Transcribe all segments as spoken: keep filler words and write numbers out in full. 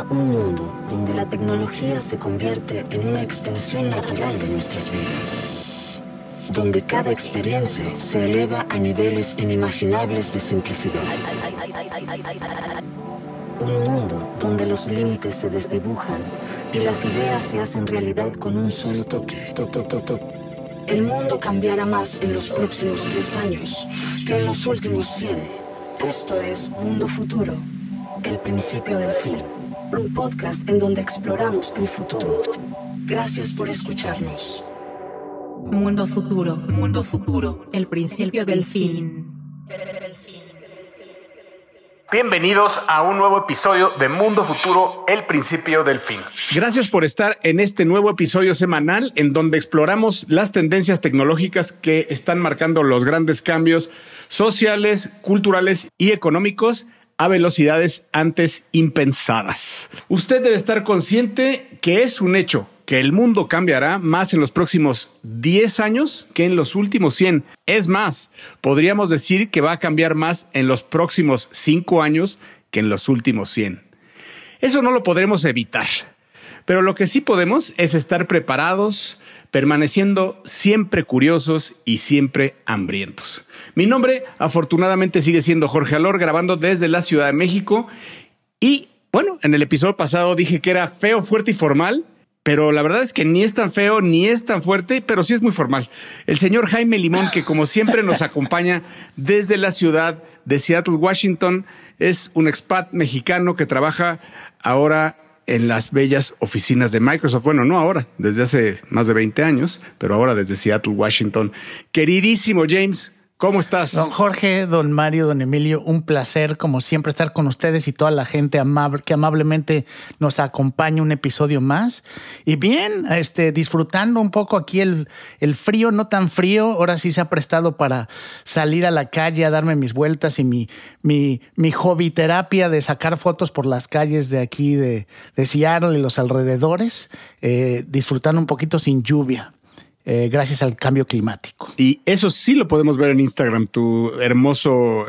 un mundo donde la tecnología se convierte en una extensión natural de nuestras vidas, donde cada experiencia se eleva a niveles inimaginables de simplicidad. Un mundo donde los límites se desdibujan y las ideas se hacen realidad con un solo toque. Toc, toc, toc, toc. El mundo cambiará más en los próximos diez años que en los últimos cien. Esto es Mundo Futuro, el principio del fin. Un podcast en donde exploramos el futuro. Gracias por escucharnos. Mundo Futuro, Mundo Futuro, el principio del fin. Bienvenidos a un nuevo episodio de Mundo Futuro, el principio del fin. Gracias por estar en este nuevo episodio semanal en donde exploramos las tendencias tecnológicas que están marcando los grandes cambios sociales, culturales y económicos a velocidades antes impensadas. Usted debe estar consciente que es un hecho que el mundo cambiará más en los próximos diez años que en los últimos cien. Es más, podríamos decir que va a cambiar más en los próximos cinco años que en los últimos cien. Eso no lo podremos evitar, pero lo que sí podemos es estar preparados, permaneciendo siempre curiosos y siempre hambrientos. Mi nombre, afortunadamente, sigue siendo Jorge Alor, grabando desde la Ciudad de México. Y, bueno, en el episodio pasado dije que era feo, fuerte y formal, pero la verdad es que ni es tan feo ni es tan fuerte, pero sí es muy formal. El señor Jaime Limón, que como siempre nos acompaña desde la ciudad de Seattle, Washington, es un expat mexicano que trabaja ahora en las bellas oficinas de Microsoft. Bueno, no ahora, desde hace más de veinte años, pero ahora desde Seattle, Washington. Queridísimo James, ¿cómo estás? Don Jorge, don Mario, don Emilio, un placer como siempre estar con ustedes y toda la gente amable que amablemente nos acompaña un episodio más. Y bien, este, disfrutando un poco aquí el, el frío, no tan frío. Ahora sí se ha prestado para salir a la calle a darme mis vueltas y mi, mi, mi hobby terapia de sacar fotos por las calles de aquí de, de Seattle y los alrededores, eh, disfrutando un poquito sin lluvia. Eh, gracias al cambio climático. Y eso sí lo podemos ver en Instagram, tu hermoso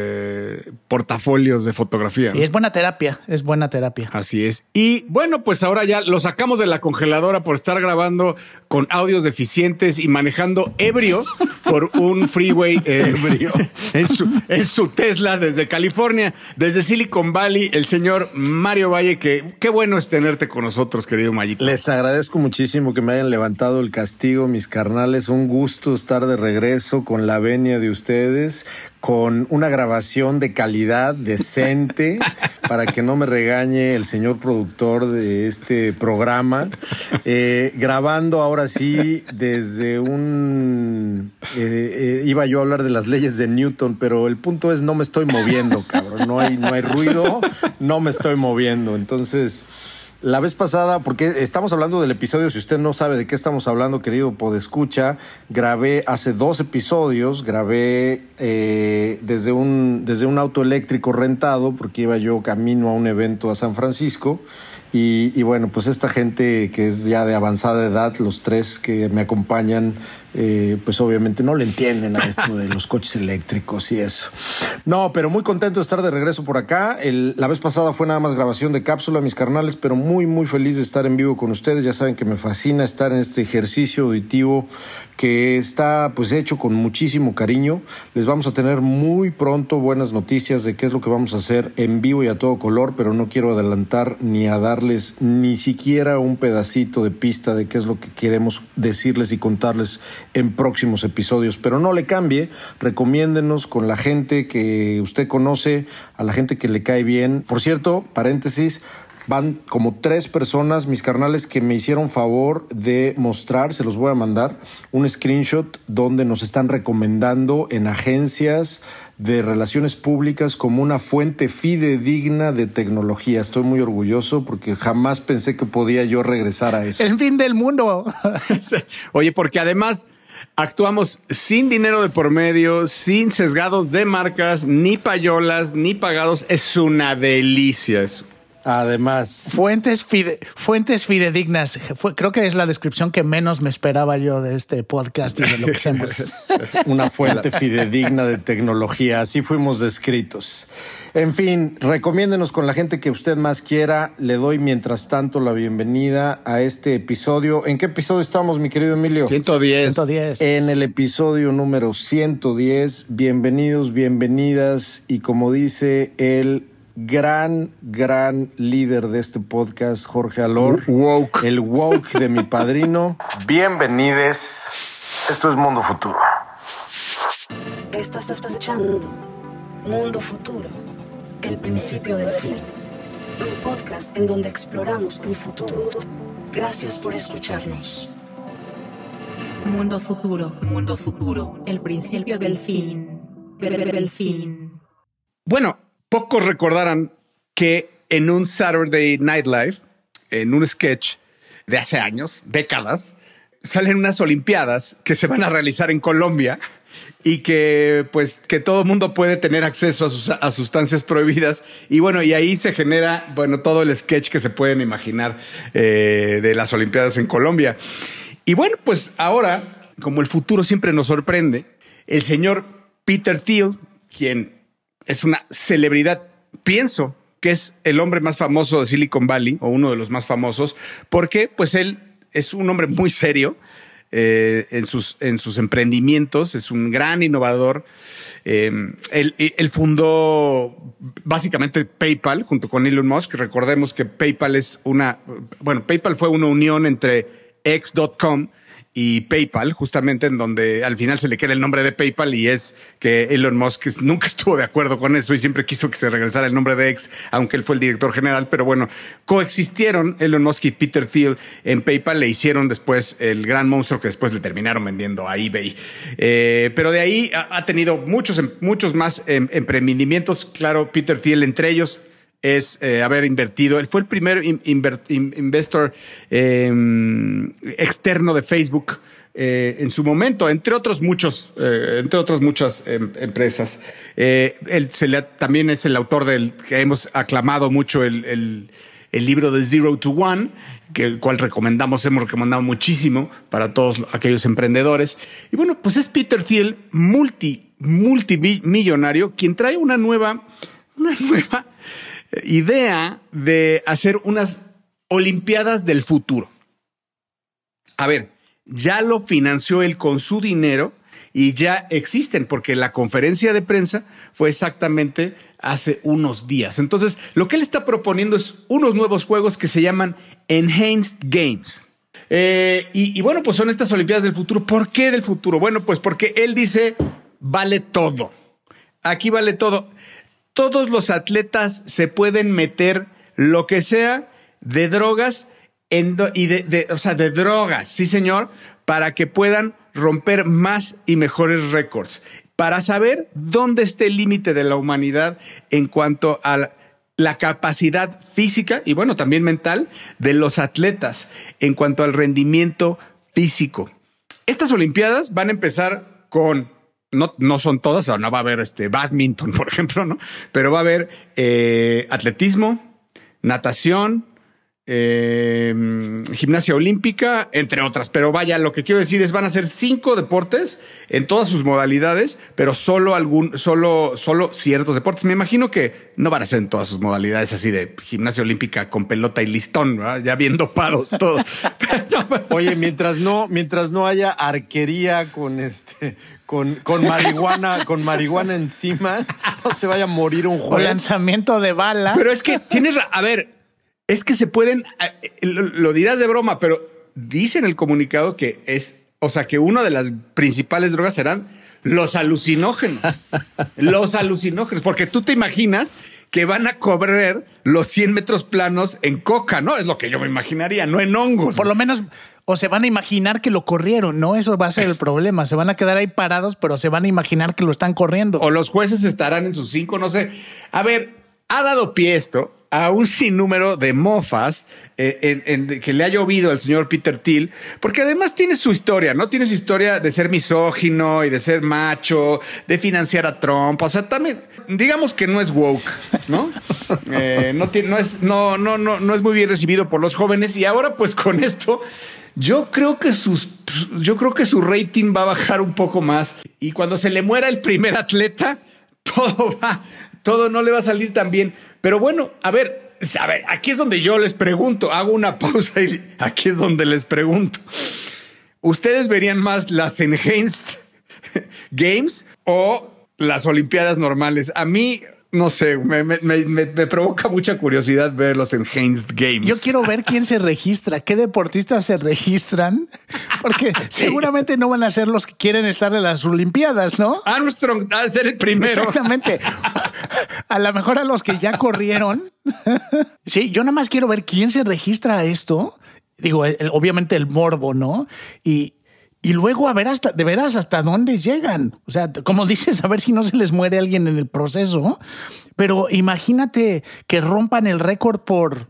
eh, portafolios de fotografía. Sí, ¿no? Es buena terapia, es buena terapia. Así es. Y bueno, pues ahora ya lo sacamos de la congeladora por estar grabando con audios deficientes y manejando ebrio por un freeway eh, ebrio en su, en su Tesla desde California, desde Silicon Valley, el señor Mario Valle, que qué bueno es tenerte con nosotros, querido Mayito. Les agradezco muchísimo que me hayan levantado el castigo, mis carnales. Un gusto estar de regreso con la venia de ustedes, con una grabación de calidad decente para que no me regañe el señor productor de este programa. Eh, grabando ahora sí desde un... Eh, eh, iba yo a hablar de las leyes de Newton, pero el punto es no me estoy moviendo, cabrón. No hay, no hay ruido, no me estoy moviendo. Entonces... La vez pasada, porque estamos hablando del episodio, si usted no sabe de qué estamos hablando, querido podescucha, grabé hace dos episodios, grabé eh, desde un, desde un auto eléctrico rentado, porque iba yo camino a un evento a San Francisco. Y, y bueno, pues esta gente que es ya de avanzada edad, los tres que me acompañan, eh, pues obviamente no le entienden a esto de los coches eléctricos y eso. No, pero muy contento de estar de regreso por acá. El, la vez pasada fue nada más grabación de cápsula, mis carnales, pero muy, muy feliz de estar en vivo con ustedes. Ya saben que me fascina estar en este ejercicio auditivo que está pues hecho con muchísimo cariño. Les vamos a tener muy pronto buenas noticias de qué es lo que vamos a hacer en vivo y a todo color, pero no quiero adelantar ni a darles ni siquiera un pedacito de pista de qué es lo que queremos decirles y contarles en próximos episodios. Pero no le cambie, recomiéndenos con la gente que usted conoce, a la gente que le cae bien. Por cierto, paréntesis, van como tres personas, mis carnales, que me hicieron favor de mostrar, se los voy a mandar, un screenshot donde nos están recomendando en agencias de relaciones públicas como una fuente fidedigna de tecnología. Estoy muy orgulloso porque jamás pensé que podía yo regresar a eso. El fin del mundo. Oye, porque además actuamos sin dinero de por medio, sin sesgados de marcas, ni payolas, ni pagados. Es una delicia eso. Además. Fuentes, fide, fuentes fidedignas. Fue, creo que es la descripción que menos me esperaba yo de este podcast y de lo que hacemos. Una fuente fidedigna de tecnología. Así fuimos descritos. En fin, recomiéndenos con la gente que usted más quiera. Le doy mientras tanto la bienvenida a este episodio. ¿En qué episodio estamos, mi querido Emilio? ciento diez. ciento diez. En el episodio número ciento diez. Bienvenidos, bienvenidas. Y como dice el gran, gran líder de este podcast, Jorge Alor. Woke. El woke de mi padrino. Bienvenides. Esto es Mundo Futuro. Estás escuchando Mundo Futuro, el principio del fin. Un podcast en donde exploramos el futuro. Gracias por escucharnos. Mundo Futuro, Mundo Futuro, el principio del fin. Del, del fin. Bueno, pocos recordarán que en un Saturday Night Live, en un sketch de hace años, décadas, salen unas Olimpiadas que se van a realizar en Colombia y que pues que todo el mundo puede tener acceso a, sus, a sustancias prohibidas. Y bueno, y ahí se genera, bueno, todo el sketch que se pueden imaginar eh, de las Olimpiadas en Colombia. Y bueno, pues ahora, como el futuro siempre nos sorprende, el señor Peter Thiel, quien es una celebridad, pienso que es el hombre más famoso de Silicon Valley, o uno de los más famosos, porque pues él es un hombre muy serio eh, en, sus, en sus emprendimientos, es un gran innovador. Eh, él, él fundó básicamente PayPal junto con Elon Musk. Recordemos que PayPal es una, bueno, PayPal fue una unión entre X punto com y PayPal, justamente, en donde al final se le queda el nombre de PayPal, y es que Elon Musk nunca estuvo de acuerdo con eso y siempre quiso que se regresara el nombre de X, aunque él fue el director general. Pero bueno, coexistieron Elon Musk y Peter Thiel en PayPal, le hicieron después el gran monstruo que después le terminaron vendiendo a eBay. Eh, pero de ahí ha, ha tenido muchos, muchos más eh, emprendimientos. Claro, Peter Thiel entre ellos es eh, haber invertido. Él fue el primer in, inver, in, investor eh, externo de Facebook eh, en su momento, entre otros muchos, eh, entre otras muchas eh, empresas. Eh, él se le, también es el autor del que hemos aclamado mucho el, el, el libro de Zero to One, que el cual recomendamos, hemos recomendado muchísimo para todos aquellos emprendedores. Y bueno, pues es Peter Thiel, multi, multimillonario, quien trae una nueva, una nueva idea de hacer unas Olimpiadas del futuro. A ver, ya lo financió él con su dinero y ya existen, porque la conferencia de prensa fue exactamente hace unos días. Entonces, lo que él está proponiendo es unos nuevos juegos que se llaman Enhanced Games. Eh, y, y bueno, pues son estas Olimpiadas del futuro. ¿Por qué del futuro? Bueno, pues porque él dice, vale todo. Aquí vale todo. Todos los atletas se pueden meter lo que sea de drogas en do, y de, de, o sea, de drogas, sí señor, para que puedan romper más y mejores récords, para saber dónde está el límite de la humanidad en cuanto a la, la capacidad física y bueno, también mental de los atletas en cuanto al rendimiento físico. Estas Olimpiadas van a empezar con No, no son todas, no va a haber este badminton, por ejemplo, ¿no? Pero va a haber eh, atletismo, natación, eh, gimnasia olímpica, entre otras. Pero vaya, lo que quiero decir es van a ser cinco deportes en todas sus modalidades, pero solo algún, solo, solo ciertos deportes. Me imagino que no van a ser en todas sus modalidades así de gimnasia olímpica con pelota y listón, ¿verdad? Ya bien dopados todos. Oye, mientras no, mientras no haya arquería con este, con, con marihuana, con marihuana encima, no se vaya a morir un juez. O lanzamiento de bala. Pero es que tienes, a ver, es que se pueden, lo, lo dirás de broma, pero dice en el comunicado que es, o sea, que una de las principales drogas serán los alucinógenos. Los alucinógenos, porque tú te imaginas que van a correr los cien metros planos en coca, ¿no? Es lo que yo me imaginaría, no en hongos. Por lo menos, o se van a imaginar que lo corrieron, ¿no? Eso va a ser el problema. Se van a quedar ahí parados, pero se van a imaginar que lo están corriendo. O los jueces estarán en sus cinco, no sé. A ver, ha dado pie esto a un sinnúmero de mofas eh, en, en, que le ha llovido al señor Peter Thiel, porque además tiene su historia, ¿no? Tiene su historia de ser misógino y de ser macho, de financiar a Trump. O sea, también, digamos que no es woke, ¿no? eh, no, tiene, no, es, no, no, no, no es muy bien recibido por los jóvenes. Y ahora, pues con esto, yo creo que sus, yo creo que su rating va a bajar un poco más. Y cuando se le muera el primer atleta, todo va, todo no le va a salir tan bien. Pero bueno, a ver, a ver, aquí es donde yo les pregunto, hago una pausa y aquí es donde les pregunto. ¿Ustedes verían más las Enhanced Games o las Olimpiadas normales? A mí, no sé, me, me, me, me provoca mucha curiosidad ver los Enhanced Games. Yo quiero ver quién se registra, qué deportistas se registran, porque sí, seguramente no van a ser los que quieren estar en las Olimpiadas, ¿no? Armstrong va a ser el primero. Exactamente. A lo mejor a los que ya corrieron. Sí, yo nada más quiero ver quién se registra a esto. Digo, el, obviamente el morbo, ¿no? Y, y luego a ver hasta, de veras, hasta dónde llegan. O sea, como dices, a ver si no se les muere alguien en el proceso. Pero imagínate que rompan el récord por...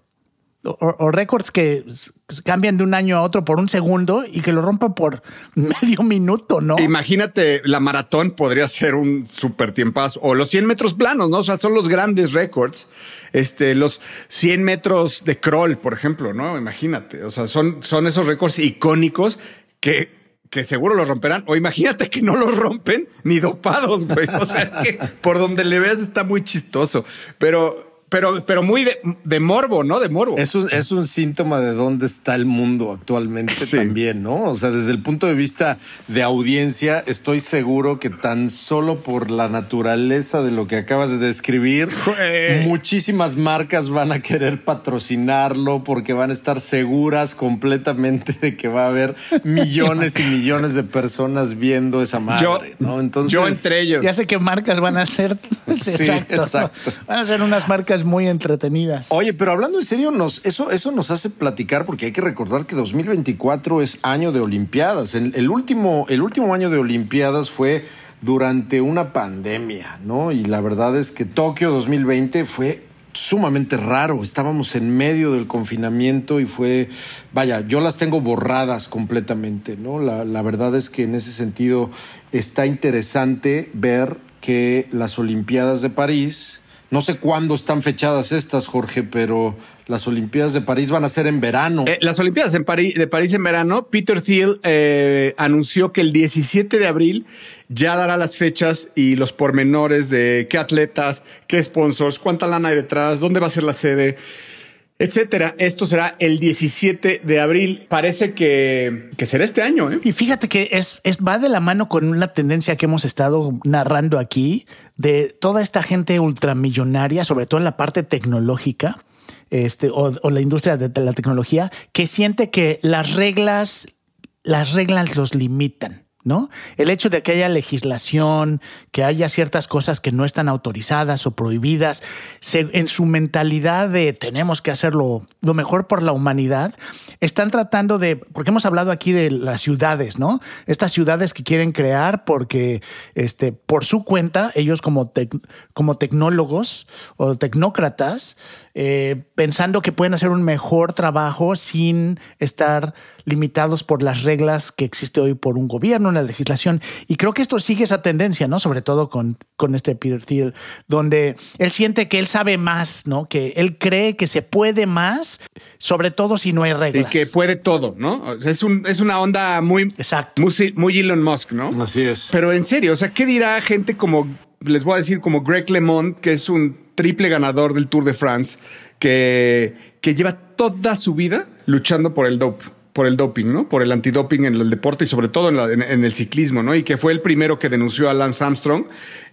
O, o récords que cambian de un año a otro por un segundo y que lo rompan por medio minuto, ¿no? Imagínate, la maratón podría ser un súper tiempazo. O los cien metros planos, ¿no? O sea, son los grandes récords. Este, los cien metros de crawl, por ejemplo, ¿no? Imagínate. O sea, son, son esos récords icónicos que... que seguro los romperán. O imagínate que no los rompen ni dopados, güey. O sea, es que por donde le veas está muy chistoso. Pero... Pero, pero muy de, de morbo, ¿no? De morbo. Es un, es un síntoma de dónde está el mundo actualmente sí. También, ¿no? O sea, desde el punto de vista de audiencia, estoy seguro que tan solo por la naturaleza de lo que acabas de describir, Jue. muchísimas marcas van a querer patrocinarlo porque van a estar seguras completamente de que va a haber millones y millones de personas viendo esa madre, yo, ¿no? Entonces, yo entre ellos. Ya sé qué marcas van a ser. Sí, exacto. exacto. Van a ser unas marcas muy entretenidas. Oye, pero hablando en serio, nos, eso, eso nos hace platicar porque hay que recordar que dos mil veinticuatro es año de Olimpiadas. El, el, último, el último año de Olimpiadas fue durante una pandemia, ¿no? Y la verdad es que Tokio dos mil veinte fue sumamente raro. Estábamos en medio del confinamiento y fue, vaya, yo las tengo borradas completamente, ¿no? La, la verdad es que en ese sentido está interesante ver que las Olimpiadas de París... No sé cuándo están fechadas estas, Jorge, pero las Olimpiadas de París van a ser en verano. Eh, las Olimpiadas en París, de París en verano, Peter Thiel eh, anunció que el diecisiete de abril ya dará las fechas y los pormenores de qué atletas, qué sponsors, cuánta lana hay detrás, dónde va a ser la sede, etcétera. Esto será el diecisiete de abril. Parece que, que será este año, ¿eh? Y fíjate que es, es va de la mano con una tendencia que hemos estado narrando aquí de toda esta gente ultramillonaria, sobre todo en la parte tecnológica, este, o, o la industria de, de la tecnología, que siente que las reglas, las reglas los limitan, ¿no? El hecho de que haya legislación, que haya ciertas cosas que no están autorizadas o prohibidas, se, en su mentalidad de tenemos que hacerlo lo mejor por la humanidad, están tratando de, porque hemos hablado aquí de las ciudades, ¿no? Estas ciudades que quieren crear porque este, por su cuenta, ellos como, tec, como tecnólogos o tecnócratas, Eh, pensando que pueden hacer un mejor trabajo sin estar limitados por las reglas que existe hoy por un gobierno, una legislación. Y creo que esto sigue esa tendencia, ¿no? Sobre todo con, con este Peter Thiel, donde él siente que él sabe más, ¿no? Que él cree que se puede más, sobre todo si no hay reglas. Y que puede todo, ¿no? Es, un, es una onda muy, Exacto. muy, muy Elon Musk, ¿no? Así es. Pero en serio, o sea, ¿qué dirá gente como, les voy a decir, como Greg LeMond, que es un triple ganador del Tour de France, que, que lleva toda su vida luchando por el dope, por el doping, ¿no? Por el antidoping en el deporte y sobre todo en, la, en, en el ciclismo, ¿no? Y que fue el primero que denunció a Lance Armstrong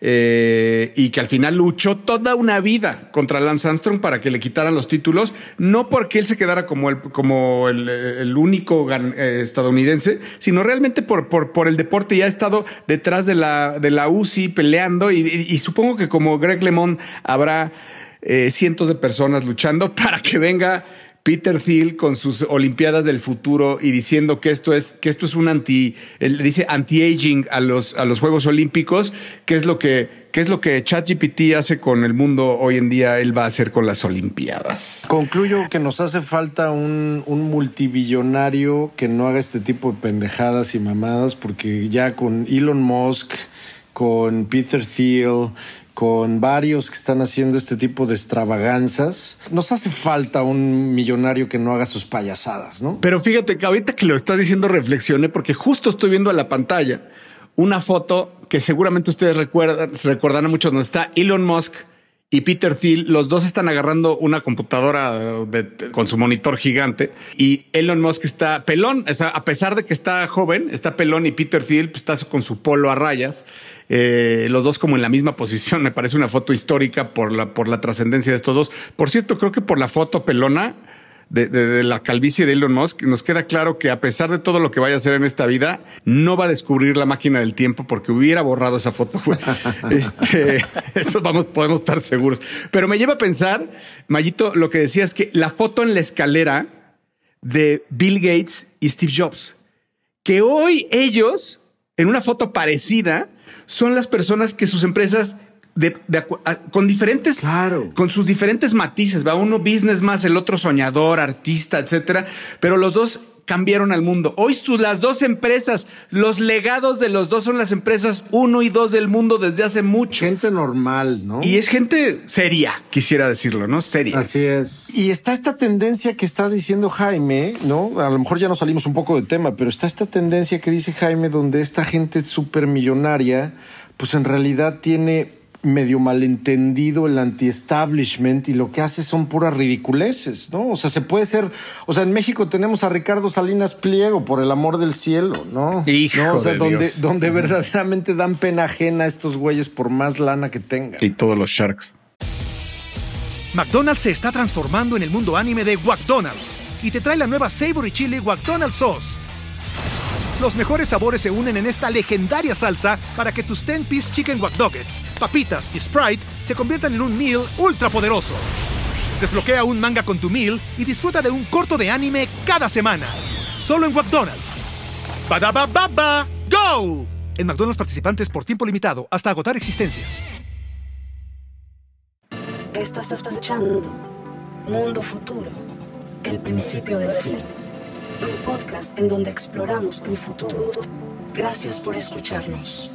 eh, y que al final luchó toda una vida contra Lance Armstrong para que le quitaran los títulos, no porque él se quedara como el, como el, el único gan, eh, estadounidense, sino realmente por, por, por el deporte, y ha estado detrás de la, de la U C I peleando y, y, y supongo que como Greg LeMond habrá eh, cientos de personas luchando para que venga Peter Thiel con sus Olimpiadas del futuro y diciendo que esto es, que esto es un anti, él dice anti-aging a los, a los Juegos Olímpicos, que es lo que, que es lo que ChatGPT hace con el mundo hoy en día, él va a hacer con las Olimpiadas. Concluyo que nos hace falta un, un multibillonario que no haga este tipo de pendejadas y mamadas, porque ya con Elon Musk, con Peter Thiel, con varios que están haciendo este tipo de extravaganzas, nos hace falta un millonario que no haga sus payasadas, ¿no? Pero fíjate que ahorita que lo estás diciendo reflexioné, porque justo estoy viendo a la pantalla una foto que seguramente ustedes recuerdan, recordarán mucho, donde está Elon Musk y Peter Thiel. Los dos están agarrando una computadora de, de, con su monitor gigante, y Elon Musk está pelón, o sea, a pesar de que está joven, está pelón, y Peter Thiel pues, está con su polo a rayas. Eh, los dos como en la misma posición. Me parece una foto histórica por la, por la trascendencia de estos dos. Por cierto, creo que por la foto pelona de, de, de la calvicie de Elon Musk, nos queda claro que a pesar de todo lo que vaya a hacer en esta vida, no va a descubrir la máquina del tiempo, porque hubiera borrado esa foto. este, eso vamos, podemos estar seguros. Pero me lleva a pensar, Mayito, lo que decía es que la foto en la escalera de Bill Gates y Steve Jobs, que hoy ellos, en una foto parecida, son las personas que sus empresas de, de, con diferentes, claro, con sus diferentes matices, va uno business más, el otro soñador, artista, etcétera, pero los dos cambiaron al mundo. Hoy sus, las dos empresas, los legados de los dos son las empresas uno y dos del mundo desde hace mucho. Gente normal, ¿no? Y es gente seria, quisiera decirlo, ¿no? Seria. Así es. Y está esta tendencia que está diciendo Jaime, ¿no? A lo mejor ya nos salimos un poco de tema, pero está esta tendencia que dice Jaime, donde esta gente súper millonaria, pues en realidad tiene medio malentendido el anti-establishment, y lo que hace son puras ridiculeces, ¿no? O sea, se puede ser... O sea, en México tenemos a Ricardo Salinas Pliego, por el amor del cielo, ¿no? Hijo ¿no? O sea, de donde, Dios. donde verdaderamente dan pena ajena a estos güeyes por más lana que tengan. Y todos los sharks. McDonald's se está transformando en el mundo anime de McDonald's y te trae la nueva Savory Chili McDonald's Sauce. Los mejores sabores se unen en esta legendaria salsa para que tus ten-piece chicken wack nuggets, papitas y Sprite se conviertan en un meal ultra poderoso. Desbloquea un manga con tu meal y disfruta de un corto de anime cada semana. Solo en McDonald's. ¡Badaba baba! ¡Go! En McDonald's participantes por tiempo limitado hasta agotar existencias. Estás escuchando Mundo Futuro, el principio del fin. Un podcast en donde exploramos el futuro. Gracias por escucharnos.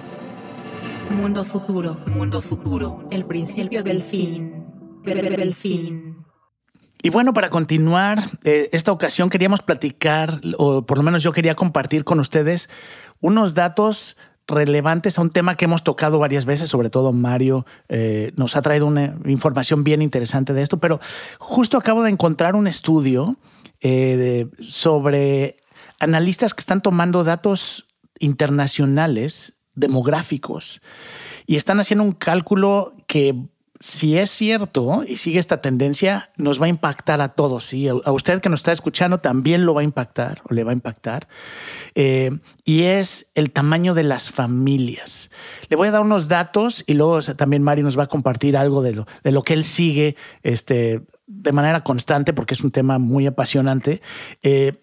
Mundo Futuro, Mundo Futuro, el principio del fin. Del fin. Y bueno, para continuar, eh, esta ocasión queríamos platicar, o por lo menos yo quería compartir con ustedes unos datos relevantes a un tema que hemos tocado varias veces, sobre todo Mario eh, nos ha traído una información bien interesante de esto, pero justo acabo de encontrar un estudio eh, de, sobre analistas que están tomando datos internacionales demográficos y están haciendo un cálculo que, si es cierto y sigue esta tendencia, nos va a impactar a todos. ¿Sí? A usted que nos está escuchando también lo va a impactar o le va a impactar. Eh, y es el tamaño de las familias. Le voy a dar unos datos y luego también Mario nos va a compartir algo de lo, de lo que él sigue este, de manera constante, porque es un tema muy apasionante. Eh,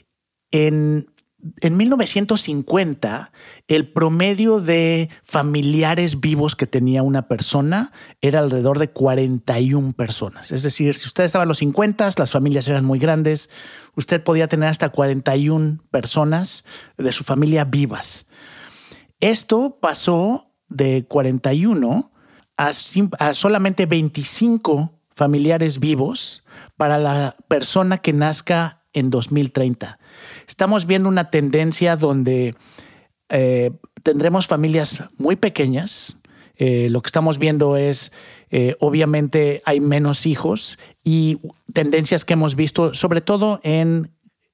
en En mil novecientos cincuenta, el promedio de familiares vivos que tenía una persona era alrededor de cuarenta y una personas. Es decir, si usted estaba en los cincuenta, las familias eran muy grandes, usted podía tener hasta cuarenta y una personas de su familia vivas. Esto pasó de cuarenta y uno a, a solamente veinticinco familiares vivos para la persona que nazca en dos mil treinta. Estamos viendo una tendencia donde eh, tendremos familias muy pequeñas. Eh, lo que estamos viendo es, eh, obviamente, hay menos hijos y tendencias que hemos visto, sobre todo en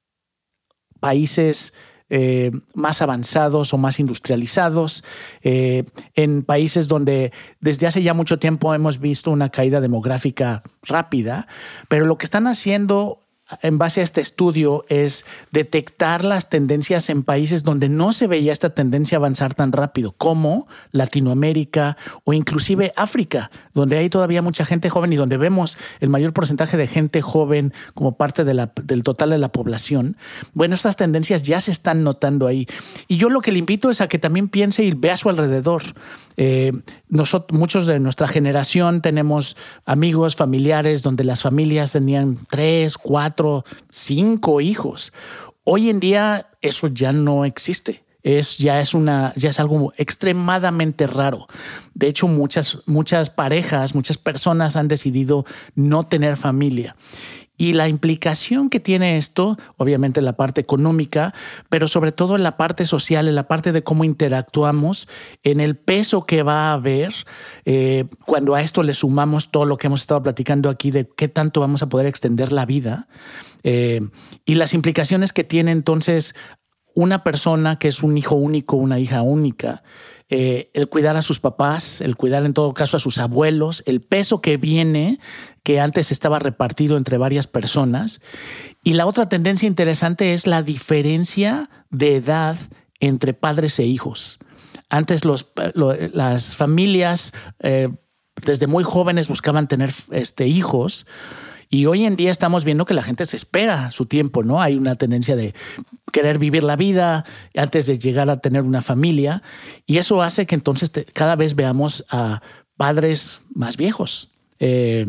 países eh, más avanzados o más industrializados, eh, en países donde desde hace ya mucho tiempo hemos visto una caída demográfica rápida, pero lo que están haciendo en base a este estudio es detectar las tendencias en países donde no se veía esta tendencia a avanzar tan rápido, como Latinoamérica o inclusive África, donde hay todavía mucha gente joven y donde vemos el mayor porcentaje de gente joven como parte de la, del total de la población. Bueno, estas tendencias ya se están notando ahí. Y yo lo que le invito es a que también piense y vea a su alrededor. Eh, nosotros, muchos de nuestra generación tenemos amigos, familiares, donde las familias tenían tres, cuatro, cinco hijos. Hoy en día eso ya no existe. Es, ya, es una, ya es algo extremadamente raro. De hecho, muchas, muchas parejas, muchas personas han decidido no tener familia. Y la implicación que tiene esto, obviamente en la parte económica, pero sobre todo en la parte social, en la parte de cómo interactuamos, en el peso que va a haber eh, cuando a esto le sumamos todo lo que hemos estado platicando aquí de qué tanto vamos a poder extender la vida eh, y las implicaciones que tiene entonces una persona que es un hijo único, una hija única, eh, el cuidar a sus papás, el cuidar en todo caso a sus abuelos, el peso que viene, que antes estaba repartido entre varias personas. Y la otra tendencia interesante es la diferencia de edad entre padres e hijos. Antes los, lo, las familias eh, desde muy jóvenes buscaban tener este, hijos. Y hoy en día estamos viendo que la gente se espera su tiempo, ¿no? Hay una tendencia de querer vivir la vida antes de llegar a tener una familia. Y eso hace que entonces te, cada vez veamos a padres más viejos. Eh,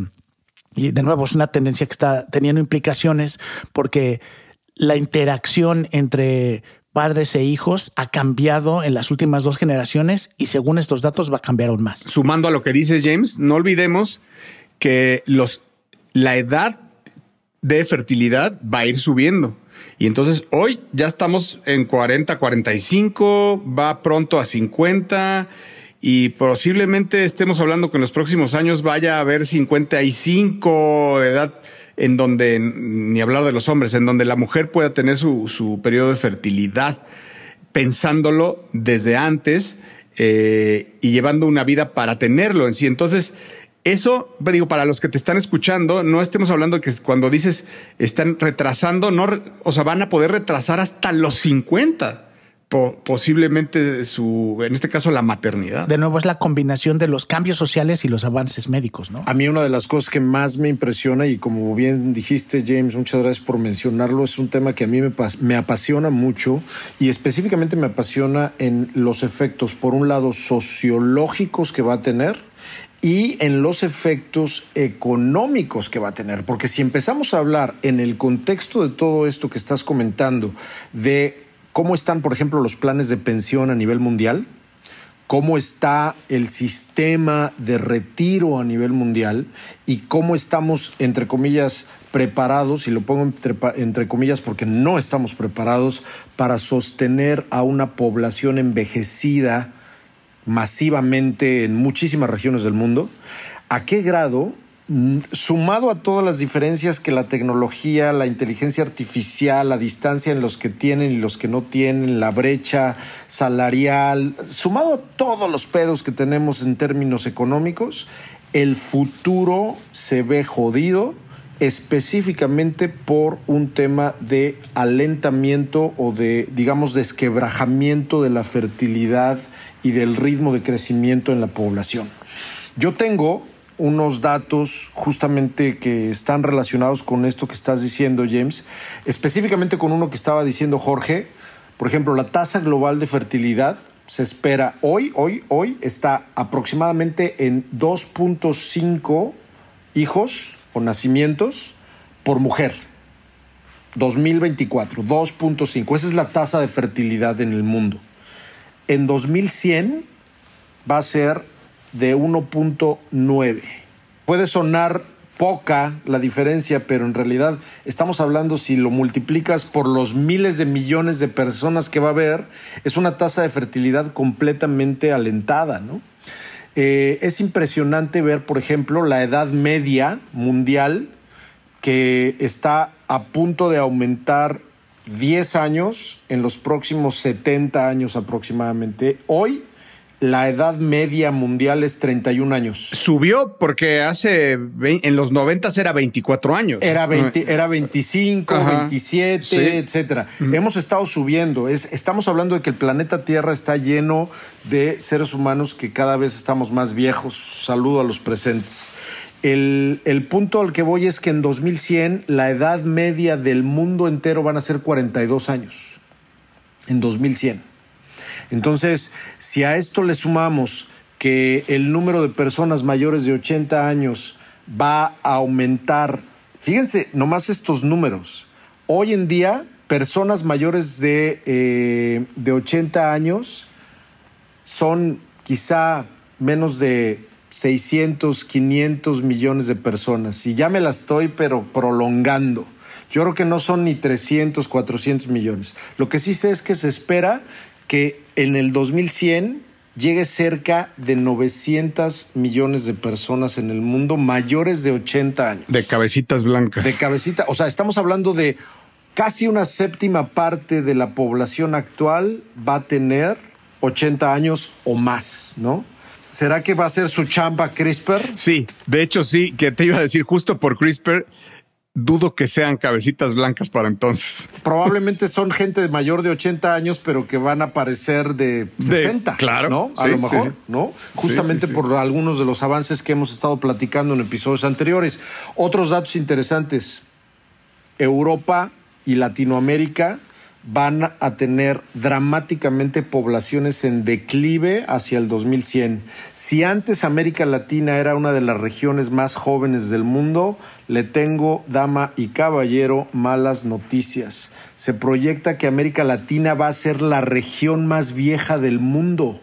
y de nuevo es una tendencia que está teniendo implicaciones porque la interacción entre padres e hijos ha cambiado en las últimas dos generaciones y según estos datos va a cambiar aún más. Sumando a lo que dice James, no olvidemos que los la edad de fertilidad va a ir subiendo. Y entonces hoy ya estamos en cuarenta, cuarenta y cinco, va pronto a cincuenta y posiblemente estemos hablando que en los próximos años vaya a haber cincuenta y cinco, edad en donde, ni hablar de los hombres, en donde la mujer pueda tener su, su periodo de fertilidad, pensándolo desde antes eh, y llevando una vida para tenerlo en sí. Entonces, eso, digo, para los que te están escuchando, no estemos hablando de que cuando dices están retrasando, no, o sea, van a poder retrasar hasta los cincuenta, po- posiblemente su, en este caso, la maternidad. De nuevo, es la combinación de los cambios sociales y los avances médicos, ¿no? A mí una de las cosas que más me impresiona, y como bien dijiste, James, muchas gracias por mencionarlo, es un tema que a mí me, me apasiona mucho y específicamente me apasiona en los efectos, por un lado, sociológicos que va a tener y en los efectos económicos que va a tener. Porque si empezamos a hablar en el contexto de todo esto que estás comentando, de cómo están, por ejemplo, los planes de pensión a nivel mundial, cómo está el sistema de retiro a nivel mundial y cómo estamos, entre comillas, preparados, y lo pongo entre, entre comillas porque no estamos preparados para sostener a una población envejecida masivamente en muchísimas regiones del mundo, ¿a qué grado, sumado a todas las diferencias que la tecnología, la inteligencia artificial, la distancia en los que tienen y los que no tienen, la brecha salarial, sumado a todos los pedos que tenemos en términos económicos, el futuro se ve jodido específicamente por un tema de alentamiento o de, digamos, desquebrajamiento de la fertilidad y del ritmo de crecimiento en la población? Yo tengo unos datos justamente que están relacionados con esto que estás diciendo, James, específicamente con uno que estaba diciendo Jorge. Por ejemplo, la tasa global de fertilidad se espera hoy, hoy, hoy está aproximadamente en dos punto cinco hijos o nacimientos por mujer. dos mil veinticuatro, dos punto cinco. Esa es la tasa de fertilidad en el mundo. En dos mil cien va a ser de uno punto nueve. Puede sonar poca la diferencia, pero en realidad estamos hablando, si lo multiplicas por los miles de millones de personas que va a haber, es una tasa de fertilidad completamente alentada, ¿no? Eh, es impresionante ver, por ejemplo, la edad media mundial, que está a punto de aumentar diez años en los próximos setenta años aproximadamente. Hoy la edad media mundial es treinta y un años. Subió porque hace en los noventas era veinticuatro años. Era, veinte, era veinticinco, Ajá. veintisiete, sí. etcétera. Mm. Hemos estado subiendo. Es, estamos hablando de que el planeta Tierra está lleno de seres humanos que cada vez estamos más viejos. Saludo a los presentes. El, el punto al que voy es que en dos mil cien la edad media del mundo entero van a ser cuarenta y dos años. En dos mil cien. Entonces, si a esto le sumamos que el número de personas mayores de ochenta años va a aumentar, fíjense nomás estos números. Hoy en día, personas mayores de, eh, de ochenta años son quizá menos de seiscientos, quinientos millones de personas. Y ya me la estoy, pero prolongando. Yo creo que no son ni trescientos, cuatrocientos millones. Lo que sí sé es que se espera que en el dos mil cien llegue cerca de novecientos millones de personas en el mundo mayores de ochenta años. De cabecitas blancas. De cabecita, o sea, estamos hablando de casi una séptima parte de la población actual va a tener ochenta años o más, ¿no? ¿Será que va a ser su chamba CRISPR? Sí, de hecho sí, que te iba a decir justo por CRISPR. Dudo que sean cabecitas blancas para entonces. Probablemente son gente mayor de ochenta años, pero que van a parecer de sesenta. De, claro. ¿No? A sí, lo mejor, sí, sí. ¿no? Justamente sí, sí, sí. por algunos de los avances que hemos estado platicando en episodios anteriores. Otros datos interesantes. Europa y Latinoamérica van a tener dramáticamente poblaciones en declive hacia el dos mil cien. Si antes América Latina era una de las regiones más jóvenes del mundo, le tengo, dama y caballero, malas noticias. Se proyecta que América Latina va a ser la región más vieja del mundo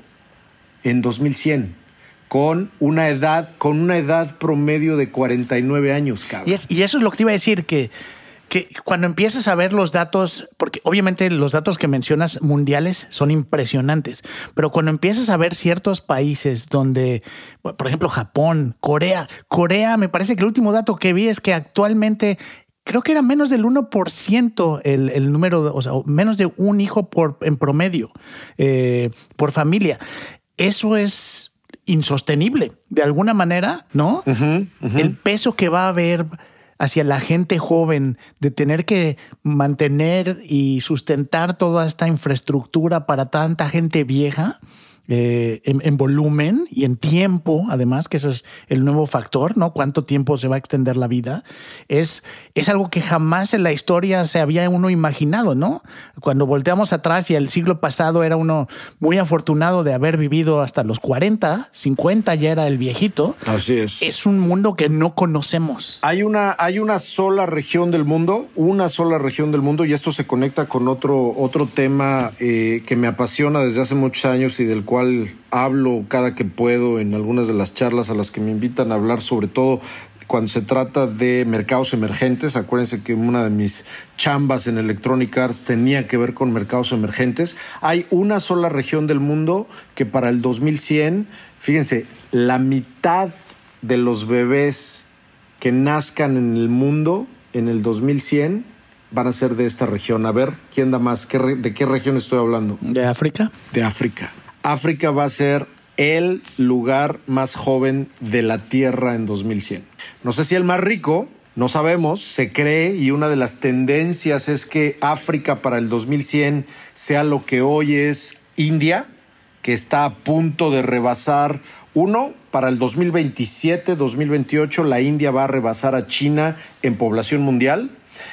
en dos mil cien. Con una edad, con una edad promedio de cuarenta y nueve años, cabrón. Y, es, y eso es lo que te iba a decir, que que cuando empiezas a ver los datos, porque obviamente los datos que mencionas mundiales son impresionantes, pero cuando empiezas a ver ciertos países donde, por ejemplo, Japón, Corea, Corea, me parece que el último dato que vi es que actualmente creo que era menos del uno por ciento el, el número, de, o sea, menos de un hijo por, en promedio eh, por familia. Eso es insostenible de alguna manera, ¿no? Uh-huh, uh-huh. El peso que va a haber hacia la gente joven de tener que mantener y sustentar toda esta infraestructura para tanta gente vieja eh, en, en volumen y en tiempo, además, que eso es el nuevo factor, ¿no? Cuánto tiempo se va a extender la vida. Es, es algo que jamás en la historia se había uno imaginado, ¿no? Cuando volteamos atrás y el siglo pasado era uno muy afortunado de haber vivido hasta los cuarenta, cincuenta ya era el viejito. Así es. Es un mundo que no conocemos. Hay una, hay una sola región del mundo, una sola región del mundo, y esto se conecta con otro, otro tema eh, que me apasiona desde hace muchos años y del cual hablo cada que puedo en algunas de las charlas a las que me invitan a hablar, sobre todo cuando se trata de mercados emergentes. Acuérdense que una de mis chambas en Electronic Arts tenía que ver con mercados emergentes. Hay una sola región del mundo que para el dos mil cien, fíjense, la mitad de los bebés que nazcan en el mundo en el dos mil cien van a ser de esta región. A ver, ¿quién da más? ¿Qué re- ¿De qué región estoy hablando? ¿De África? De África. África va a ser el lugar más joven de la Tierra en dos mil cien. No sé si el más rico, no sabemos, se cree, y una de las tendencias es que África para el dos mil cien sea lo que hoy es India, que está a punto de rebasar. Uno, para el dos mil veintisiete, dos mil veintiocho, la India va a rebasar a China en población mundial.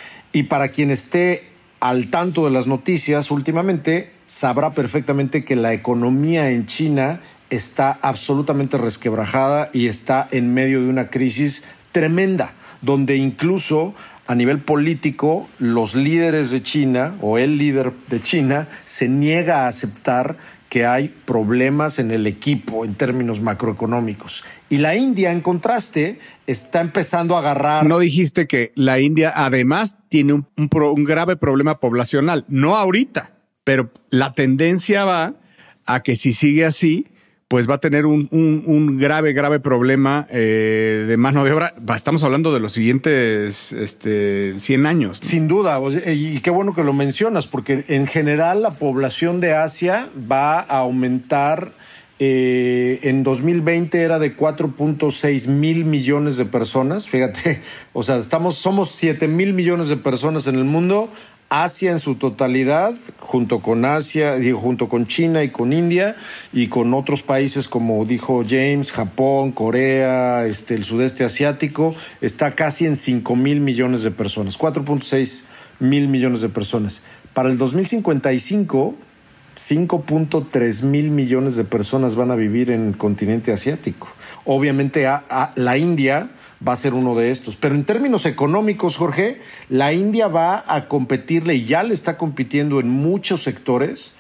Y para quien esté al tanto de las noticias últimamente, sabrá perfectamente que la economía en China está absolutamente resquebrajada y está en medio de una crisis tremenda, donde incluso a nivel político los líderes de China o el líder de China se niega a aceptar que hay problemas en el equipo en términos macroeconómicos. Y la India, en contraste, está empezando a agarrar... No dijiste que la India además tiene un, un, pro, un grave problema poblacional, no ahorita, pero la tendencia va a que si sigue así, pues va a tener un, un, un grave, grave problema eh, de mano de obra. Estamos hablando de los siguientes este, cien años, ¿no? Sin duda, y qué bueno que lo mencionas, porque en general la población de Asia va a aumentar Eh, en dos mil veinte era de cuatro punto seis mil millones de personas. Fíjate, o sea, estamos, somos siete mil millones de personas en el mundo. Asia en su totalidad, junto con Asia, digo, junto con China y con India y con otros países como dijo James, Japón, Corea, este, el sudeste asiático, está casi en cinco mil millones de personas, cuatro punto seis mil millones de personas. Para el dos mil cincuenta y cinco, cinco punto tres mil millones de personas van a vivir en el continente asiático. Obviamente a, a, la India va a ser uno de estos. Pero en términos económicos, Jorge, la India va a competirle, y ya le está compitiendo en muchos sectores,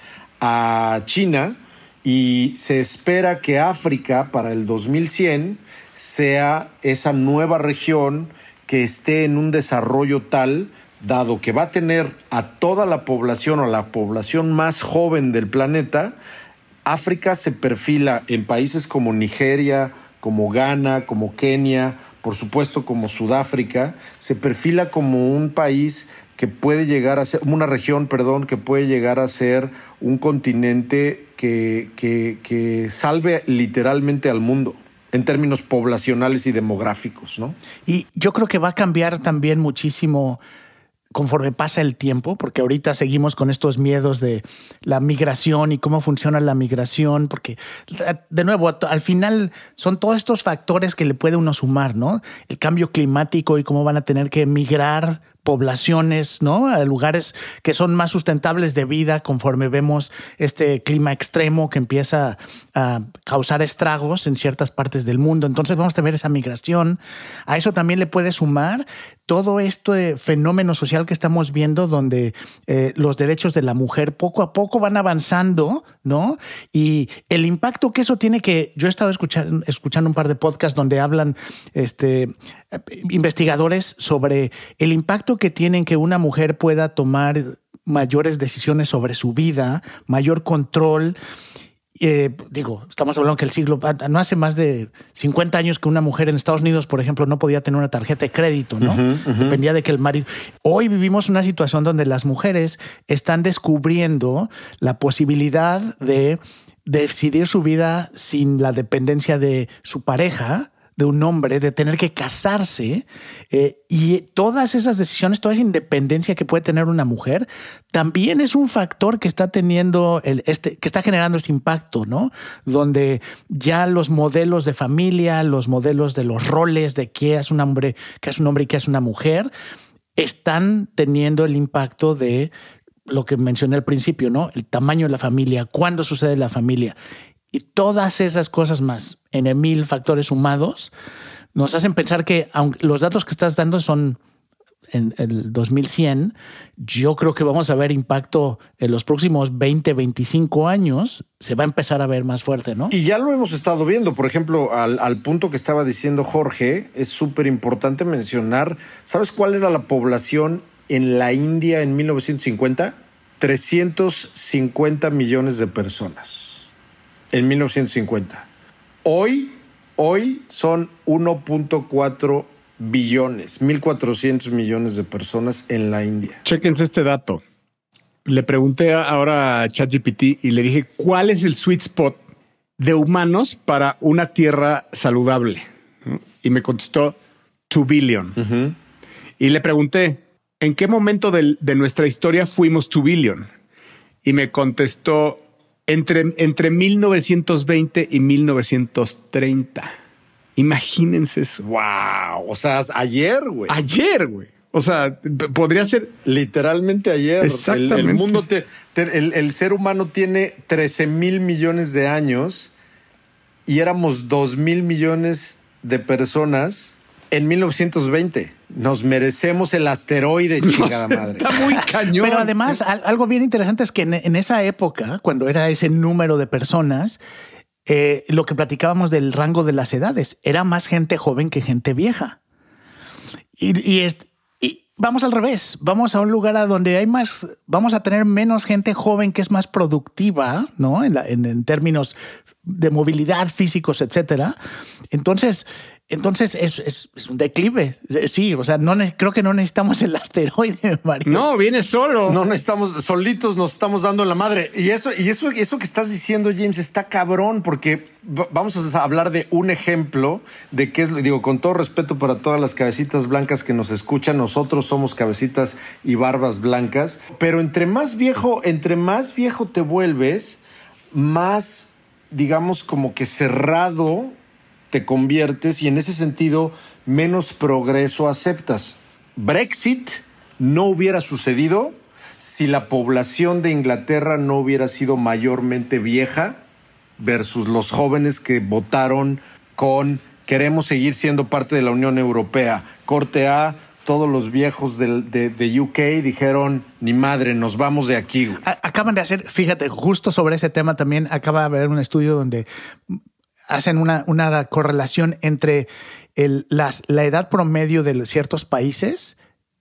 a China, y se espera que África para el dos mil cien sea esa nueva región que esté en un desarrollo tal, dado que va a tener a toda la población o la población más joven del planeta. África se perfila en países como Nigeria, como Ghana, como Kenia, por supuesto como Sudáfrica, se perfila como un país que puede llegar a ser, una región, perdón, que puede llegar a ser un continente que, que, que salve literalmente al mundo en términos poblacionales y demográficos, ¿no? Y yo creo que va a cambiar también muchísimo conforme pasa el tiempo, porque ahorita seguimos con estos miedos de la migración y cómo funciona la migración, porque de nuevo, al final son todos estos factores que le puede uno sumar, ¿no? El cambio climático y cómo van a tener que migrar poblaciones, ¿no? A lugares que son más sustentables de vida conforme vemos este clima extremo que empieza a causar estragos en ciertas partes del mundo. Entonces vamos a tener esa migración. A eso también le puede sumar todo este fenómeno social que estamos viendo donde eh, los derechos de la mujer poco a poco van avanzando, ¿no? Y el impacto que eso tiene, que yo he estado escuchando, escuchando un par de podcasts donde hablan este, investigadores sobre el impacto que tienen que una mujer pueda tomar mayores decisiones sobre su vida, mayor control. Eh, digo, estamos hablando que el siglo, no hace más de cincuenta años que una mujer en Estados Unidos, por ejemplo, no podía tener una tarjeta de crédito, ¿no? Uh-huh, uh-huh. Dependía de que el marido... Hoy vivimos una situación donde las mujeres están descubriendo la posibilidad de decidir su vida sin la dependencia de su pareja, de un hombre, de tener que casarse, eh, y todas esas decisiones, toda esa independencia que puede tener una mujer, también es un factor que está teniendo el, este, que está generando este impacto, ¿no? Donde ya los modelos de familia, los modelos de los roles de qué es un hombre, qué es un hombre y qué es una mujer, están teniendo el impacto de lo que mencioné al principio, ¿no? El tamaño de la familia, cuándo sucede la familia. Y todas esas cosas más, en mil factores sumados, nos hacen pensar que, aunque los datos que estás dando son en el dos mil cien, yo creo que vamos a ver impacto en los próximos veinte, veinticinco años. Se va a empezar a ver más fuerte, ¿no? Y ya lo hemos estado viendo. Por ejemplo, al, al punto que estaba diciendo Jorge, es súper importante mencionar, ¿sabes cuál era la población en la India en mil novecientos cincuenta? trescientos cincuenta millones de personas. En mil novecientos cincuenta. Hoy, hoy son uno punto cuatro billones, mil cuatrocientos millones de personas en la India. Chéquense este dato. Le pregunté ahora a ChatGPT y le dije, ¿cuál es el sweet spot de humanos para una tierra saludable? Y me contestó two billion. Uh-huh. Y le pregunté, ¿en qué momento de, de nuestra historia fuimos two billion? Y me contestó, Entre, entre mil novecientos veinte y mil novecientos treinta. Imagínense eso. Wow. O sea, ayer, güey. Ayer, güey. O sea, podría ser literalmente ayer. Exactamente. El, el mundo, te, te, el, el ser humano tiene trece mil millones de años y éramos dos mil millones de personas en mil novecientos veinte. Nos merecemos el asteroide, chingada no, madre. Está muy cañón. Pero además, algo bien interesante es que en, en esa época, cuando era ese número de personas, eh, lo que platicábamos del rango de las edades, era más gente joven que gente vieja. Y, y, es, y vamos al revés. Vamos a un lugar a donde hay más, vamos a tener menos gente joven que es más productiva, ¿no? En, la, en, en términos de movilidad, físicos, etcétera. Entonces, Entonces es, es, es un declive. Sí, o sea, no creo que no necesitamos el asteroide, Mario. No, viene solo. No necesitamos, solitos nos estamos dando en la madre. Y eso, y eso, eso que estás diciendo, James, está cabrón, porque vamos a hablar de un ejemplo de qué es, digo, con todo respeto para todas las cabecitas blancas que nos escuchan, nosotros somos cabecitas y barbas blancas, pero entre más viejo, entre más viejo te vuelves, más, digamos, como que cerrado te conviertes y en ese sentido menos progreso aceptas. Brexit no hubiera sucedido si la población de Inglaterra no hubiera sido mayormente vieja versus los jóvenes que votaron con queremos seguir siendo parte de la Unión Europea. Corte A, todos los viejos de, de, de U K dijeron, ni madre, nos vamos de aquí. Acaban de hacer, fíjate, justo sobre ese tema también acaba de haber un estudio donde hacen una, una correlación entre el, las, la edad promedio de ciertos países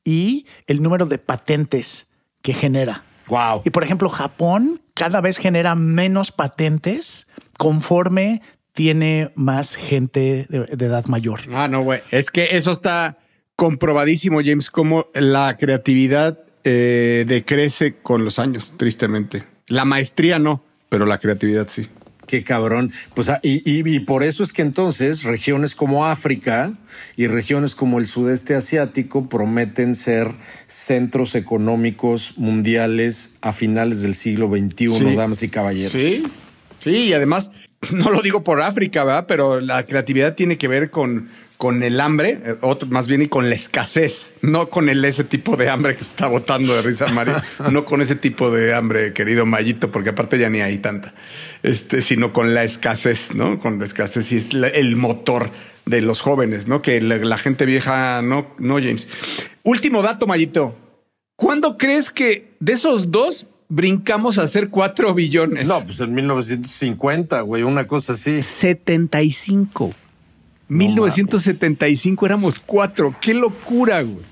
y el número de patentes que genera. Wow. Y por ejemplo, Japón cada vez genera menos patentes conforme tiene más gente de, de edad mayor. Ah, no, güey. Es que eso está comprobadísimo, James, cómo la creatividad eh, decrece con los años, tristemente. La maestría no, pero la creatividad sí. Qué cabrón. Pues, y, y, y por eso es que entonces regiones como África y regiones como el sudeste asiático prometen ser centros económicos mundiales a finales del siglo veintiuno, sí, damas y caballeros. Sí, sí, y además, no lo digo por África, ¿verdad? Pero la creatividad tiene que ver con, con el hambre, otro, más bien y con la escasez, no con el, ese tipo de hambre que está botando de risa Mario, no con ese tipo de hambre, querido Mayito, porque aparte ya ni hay tanta, este, sino con la escasez, ¿no? Con la escasez y es la, el motor de los jóvenes, ¿no? Que la, la gente vieja, no, no, James. Último dato, Mayito. ¿Cuándo crees que de esos dos brincamos a hacer cuatro billones? No, pues en mil novecientos cincuenta, güey, una cosa así. setenta y cinco. No mil novecientos setenta y cinco mames. Éramos cuatro. ¡Qué locura, güey!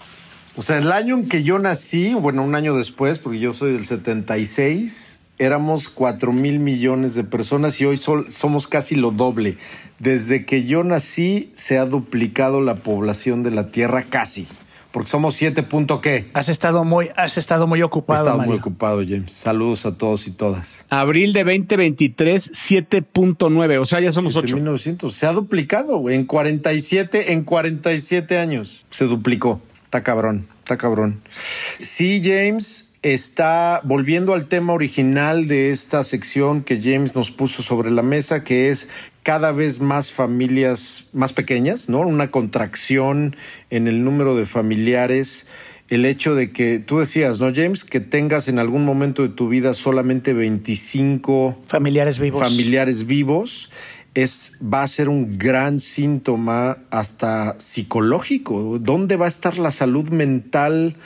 O sea, el año en que yo nací, bueno, un año después, porque yo soy del setenta y seis, éramos cuatro mil millones de personas y hoy sol, somos casi lo doble. Desde que yo nací se ha duplicado la población de la Tierra casi. Porque somos siete punto qué. Has estado muy, has estado muy ocupado, He estado Mario. muy ocupado, James. Saludos a todos y todas. Abril de veinte veintitrés, siete punto nueve. O sea, ya somos ocho. mil novecientos. Se ha duplicado, güey. En cuarenta y siete, en cuarenta y siete años se duplicó. Está cabrón, está cabrón. Sí, James, está volviendo al tema original de esta sección que James nos puso sobre la mesa, que es cada vez más familias más pequeñas, ¿no? Una contracción en el número de familiares. El hecho de que tú decías, ¿no, James? Que tengas en algún momento de tu vida solamente veinticinco familiares vivos. Familiares vivos es, va a ser un gran síntoma hasta psicológico. ¿Dónde va a estar la salud mental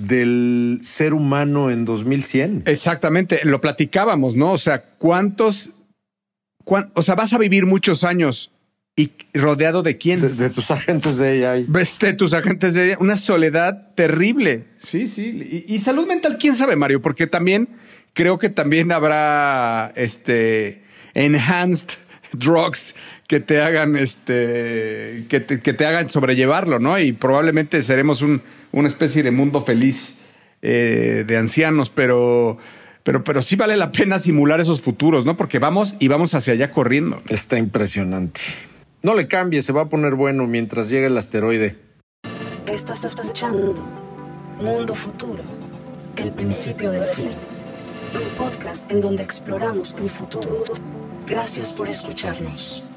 del ser humano en dos mil cien? Exactamente, lo platicábamos, ¿no? O sea, ¿cuántos... cuán, o sea, vas a vivir muchos años y rodeado de quién? De, de tus agentes de A I. De tus agentes de A I. Una soledad terrible. Sí, sí. Y, y salud mental, quién sabe, Mario, porque también creo que también habrá este enhanced drugs que te hagan este que te, que te hagan sobrellevarlo, ¿no? Y probablemente seremos un, una especie de mundo feliz eh, de ancianos, pero, pero, pero sí vale la pena simular esos futuros, ¿no? Porque vamos y vamos hacia allá corriendo. Está impresionante. No le cambie, se va a poner bueno mientras llegue el asteroide. Estás escuchando Mundo Futuro, el principio del fin. Un podcast en donde exploramos el futuro. Gracias por escucharnos.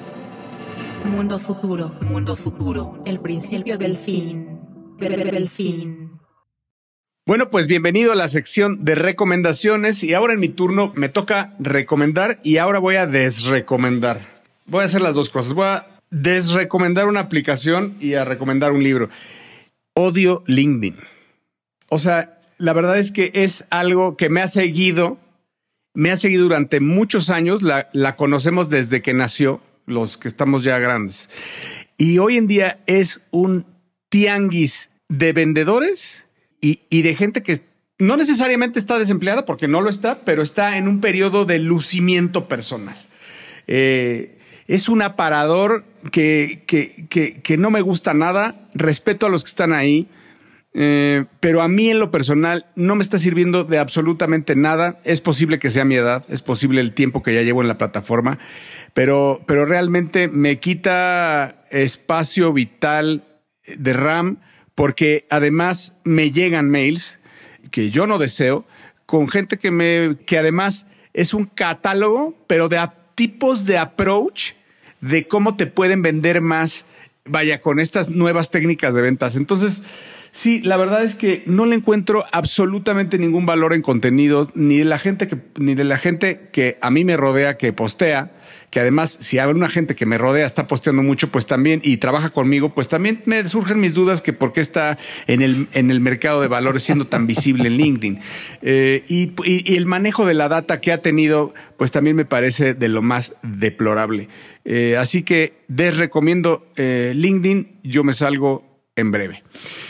Mundo Futuro, Mundo Futuro, el principio del fin. Del fin. Bueno, pues bienvenido a la sección de recomendaciones y ahora en mi turno me toca recomendar y ahora voy a desrecomendar. Voy a hacer las dos cosas. Voy a desrecomendar una aplicación y a recomendar un libro. Odio LinkedIn. O sea, la verdad es que es algo que me ha seguido, me ha seguido durante muchos años. La, la conocemos desde que nació, los que estamos ya grandes. Y hoy en día es un tianguis de vendedores y, y de gente que no necesariamente está desempleada, porque no lo está, pero está en un periodo de lucimiento personal. Eh, es un aparador que, que, que, que no me gusta nada. Respeto a los que están ahí, eh, pero a mí en lo personal no me está sirviendo de absolutamente nada. Es posible que sea mi edad, es posible el tiempo que ya llevo en la plataforma, pero, pero realmente me quita espacio vital de RAM, porque además me llegan mails que yo no deseo, con gente que me que además es un catálogo, pero de a, tipos de approach de cómo te pueden vender más, vaya, con estas nuevas técnicas de ventas. Entonces, sí, la verdad es que no le encuentro absolutamente ningún valor en contenido, ni de la gente que, ni de la gente que a mí me rodea, que postea, que además, si hay una gente que me rodea está posteando mucho, pues también, y trabaja conmigo, pues también me surgen mis dudas que por qué está en el, en el mercado de valores siendo tan visible en LinkedIn. Eh, y, y, y el manejo de la data que ha tenido, pues también me parece de lo más deplorable. Eh, así que les recomiendo eh, LinkedIn, yo me salgo en breve.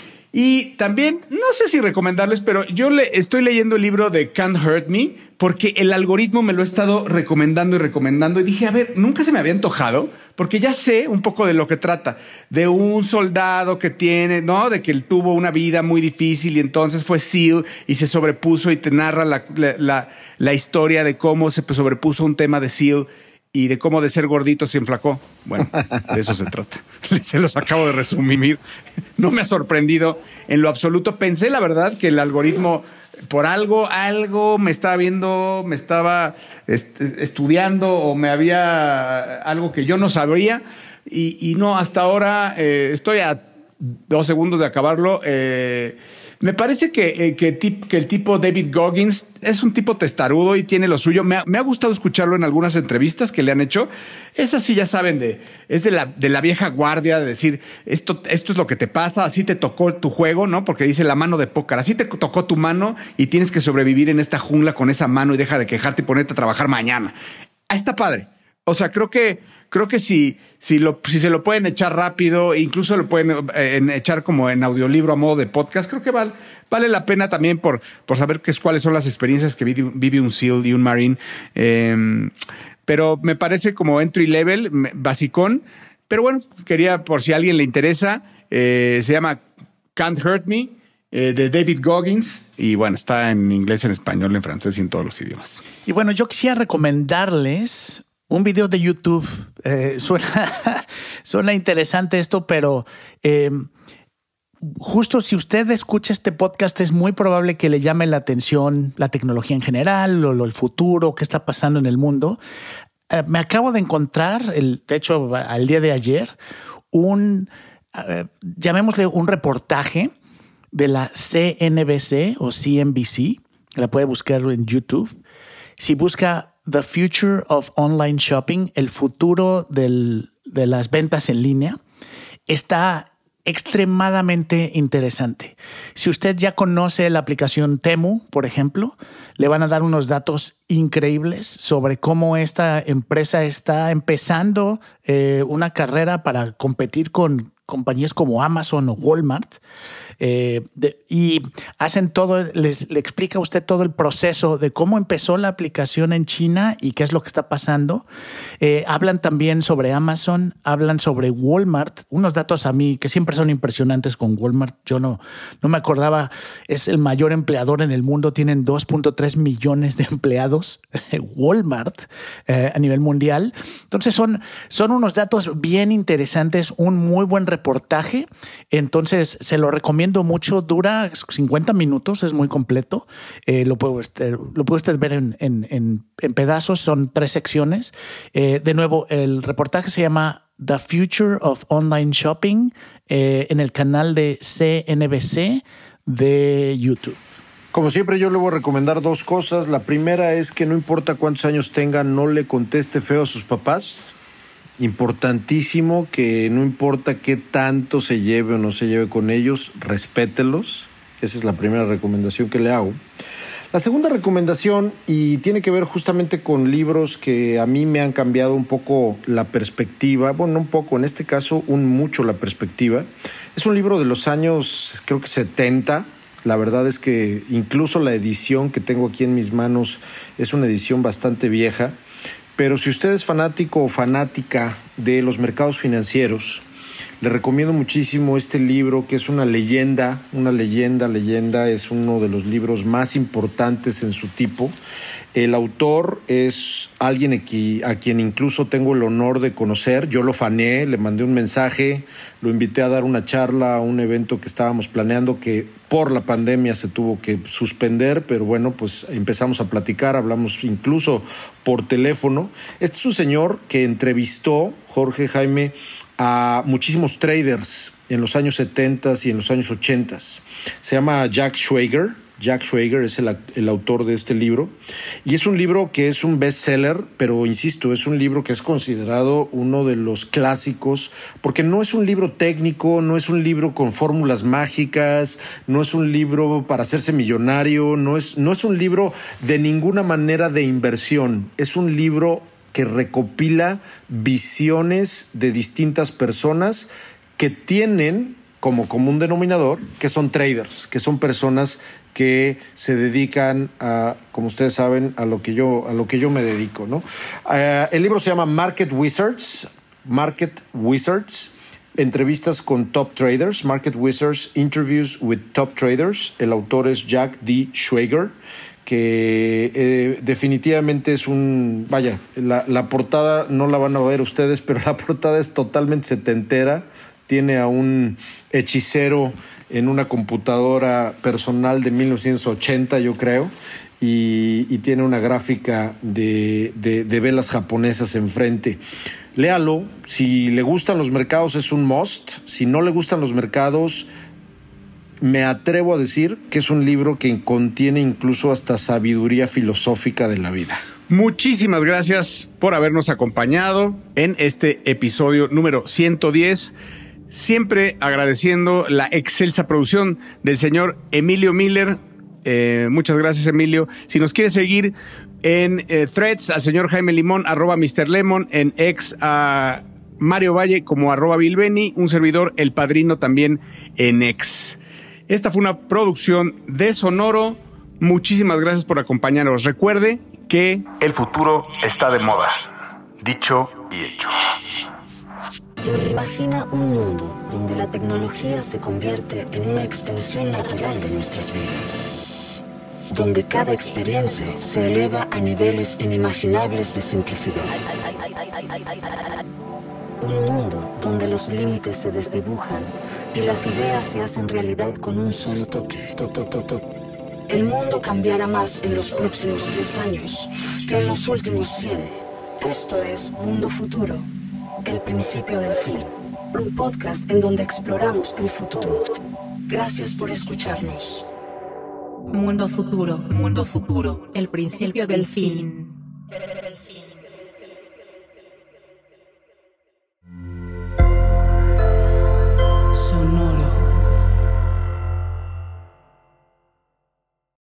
Y también, no sé si recomendarles, pero yo le estoy leyendo el libro de Can't Hurt Me porque el algoritmo me lo ha estado recomendando y recomendando. Y dije, a ver, nunca se me había antojado porque ya sé un poco de lo que trata. De un soldado que tiene, ¿no? De que él tuvo una vida muy difícil y entonces fue SEAL y se sobrepuso y te narra la, la, la, la historia de cómo se sobrepuso un tema de SEAL y de cómo de ser gordito se enflacó. Bueno, de eso se trata. Se los acabo de resumir. No me ha sorprendido en lo absoluto. Pensé, la verdad, que el algoritmo, por algo, algo me estaba viendo, me estaba est- estudiando o me había algo que yo no sabría. Y, y no, hasta ahora eh, estoy a dos segundos de acabarlo. Eh, Me parece que, eh, que, tip, que el tipo David Goggins es un tipo testarudo y tiene lo suyo. Me ha, me ha gustado escucharlo en algunas entrevistas que le han hecho. Es así, ya saben, de, es de la, de la vieja guardia, de decir, esto, esto es lo que te pasa, así te tocó tu juego, ¿no? Porque dice la mano de póker, así te tocó tu mano y tienes que sobrevivir en esta jungla con esa mano y deja de quejarte y ponerte a trabajar mañana. Ah, está padre. O sea, creo que creo que si, si, lo, si se lo pueden echar rápido, incluso lo pueden eh, echar como en audiolibro a modo de podcast, creo que vale, vale la pena también por, por saber qué es, cuáles son las experiencias que vive, vive un SEAL y un Marine. Eh, pero me parece como entry level, basicón. Pero bueno, quería, por si a alguien le interesa, eh, se llama Can't Hurt Me, eh, de David Goggins. Y bueno, está en inglés, en español, en francés y en todos los idiomas. Y bueno, yo quisiera recomendarles un video de YouTube. Eh, suena, suena interesante esto, pero eh, justo si usted escucha este podcast, es muy probable que le llame la atención la tecnología en general, o, o el futuro, qué está pasando en el mundo. Eh, me acabo de encontrar, el, de hecho, al día de ayer, un, eh, llamémosle un reportaje de la C N B C o C N B C. La puede buscar en YouTube. Si busca The Future of Online Shopping, el futuro del, de las ventas en línea, está extremadamente interesante. Si usted ya conoce la aplicación Temu, por ejemplo, le van a dar unos datos increíbles sobre cómo esta empresa está empezando eh, una carrera para competir con compañías como Amazon o Walmart. Eh, de, y hacen todo, les, le explica a usted todo el proceso de cómo empezó la aplicación en China y qué es lo que está pasando. Eh, hablan también sobre Amazon, hablan sobre Walmart, unos datos a mí que siempre son impresionantes con Walmart. Yo no, no me acordaba, es el mayor empleador en el mundo, tienen dos punto tres millones de empleados, Walmart, eh, a nivel mundial. Entonces son, son unos datos bien interesantes, un muy buen reportaje. Entonces se lo recomiendo mucho, dura cincuenta minutos, es muy completo. Eh, lo, puede usted, lo puede usted ver en, en, en, en pedazos, son tres secciones. Eh, de nuevo, el reportaje se llama The Future of Online Shopping eh, en el canal de C N B C de YouTube. Como siempre, yo le voy a recomendar dos cosas. La primera es que no importa cuántos años tenga, no le conteste feo a sus papás. Importantísimo que no importa qué tanto se lleve o no se lleve con ellos, respételos. Esa es la primera recomendación que le hago. La segunda recomendación, y tiene que ver justamente con libros que a mí me han cambiado un poco la perspectiva, bueno, un poco, en este caso, un mucho la perspectiva. Es un libro de los años, creo que setenta. La verdad es que incluso la edición que tengo aquí en mis manos es una edición bastante vieja. Pero si usted es fanático o fanática de los mercados financieros, le recomiendo muchísimo este libro, que es una leyenda, una leyenda, leyenda, es uno de los libros más importantes en su tipo. El autor es alguien aquí, a quien incluso tengo el honor de conocer. Yo lo faneé, le mandé un mensaje, lo invité a dar una charla a un evento que estábamos planeando, que por la pandemia se tuvo que suspender, pero bueno, pues empezamos a platicar, hablamos incluso por teléfono. Este es un señor que entrevistó, Jorge, Jaime, a muchísimos traders en los años setenta y en los años ochenta. Se llama Jack Schwager. Jack Schwager es el, el autor de este libro, y es un libro que es un bestseller, pero insisto, es un libro que es considerado uno de los clásicos, porque no es un libro técnico, no es un libro con fórmulas mágicas, no es un libro para hacerse millonario, no es, no es un libro de ninguna manera de inversión, es un libro que recopila visiones de distintas personas que tienen como común denominador que son traders, que son personas que se dedican a, como ustedes saben, a lo que yo, a lo que yo me dedico, ¿no? Uh, el libro se llama Market Wizards, Market Wizards, entrevistas con top traders, Market Wizards, Interviews with Top Traders. El autor es Jack D. Schwager, que eh, definitivamente es un... Vaya, la, la portada no la van a ver ustedes, pero la portada es totalmente setentera. Tiene a un hechicero en una computadora personal de mil novecientos ochenta, yo creo, y, y tiene una gráfica de, de, de velas japonesas enfrente. Léalo. Si le gustan los mercados, es un must. Si no le gustan los mercados, me atrevo a decir que es un libro que contiene incluso hasta sabiduría filosófica de la vida. Muchísimas gracias por habernos acompañado en este episodio número ciento diez. Siempre agradeciendo la excelsa producción del señor Emilio Miller. Eh, muchas gracias, Emilio. Si nos quiere seguir en eh, Threads, al señor Jaime Limón, arroba mister Lemon, en X a Mario Valle como arroba Bilbeni, un servidor, El Padrino, también en X. Esta fue una producción de Sonoro. Muchísimas gracias por acompañarnos. Recuerde que el futuro está de moda. Dicho y hecho. Imagina un mundo donde la tecnología se convierte en una extensión natural de nuestras vidas, donde cada experiencia se eleva a niveles inimaginables de simplicidad. Un mundo donde los límites se desdibujan y las ideas se hacen realidad con un solo toque. Toc, toc, toc, toc. El mundo cambiará más en los próximos diez años que en los últimos cien. Esto es Mundo Futuro. El principio del fin, un podcast en donde exploramos el futuro. Gracias por escucharnos. Mundo Futuro, Mundo Futuro, el principio del fin.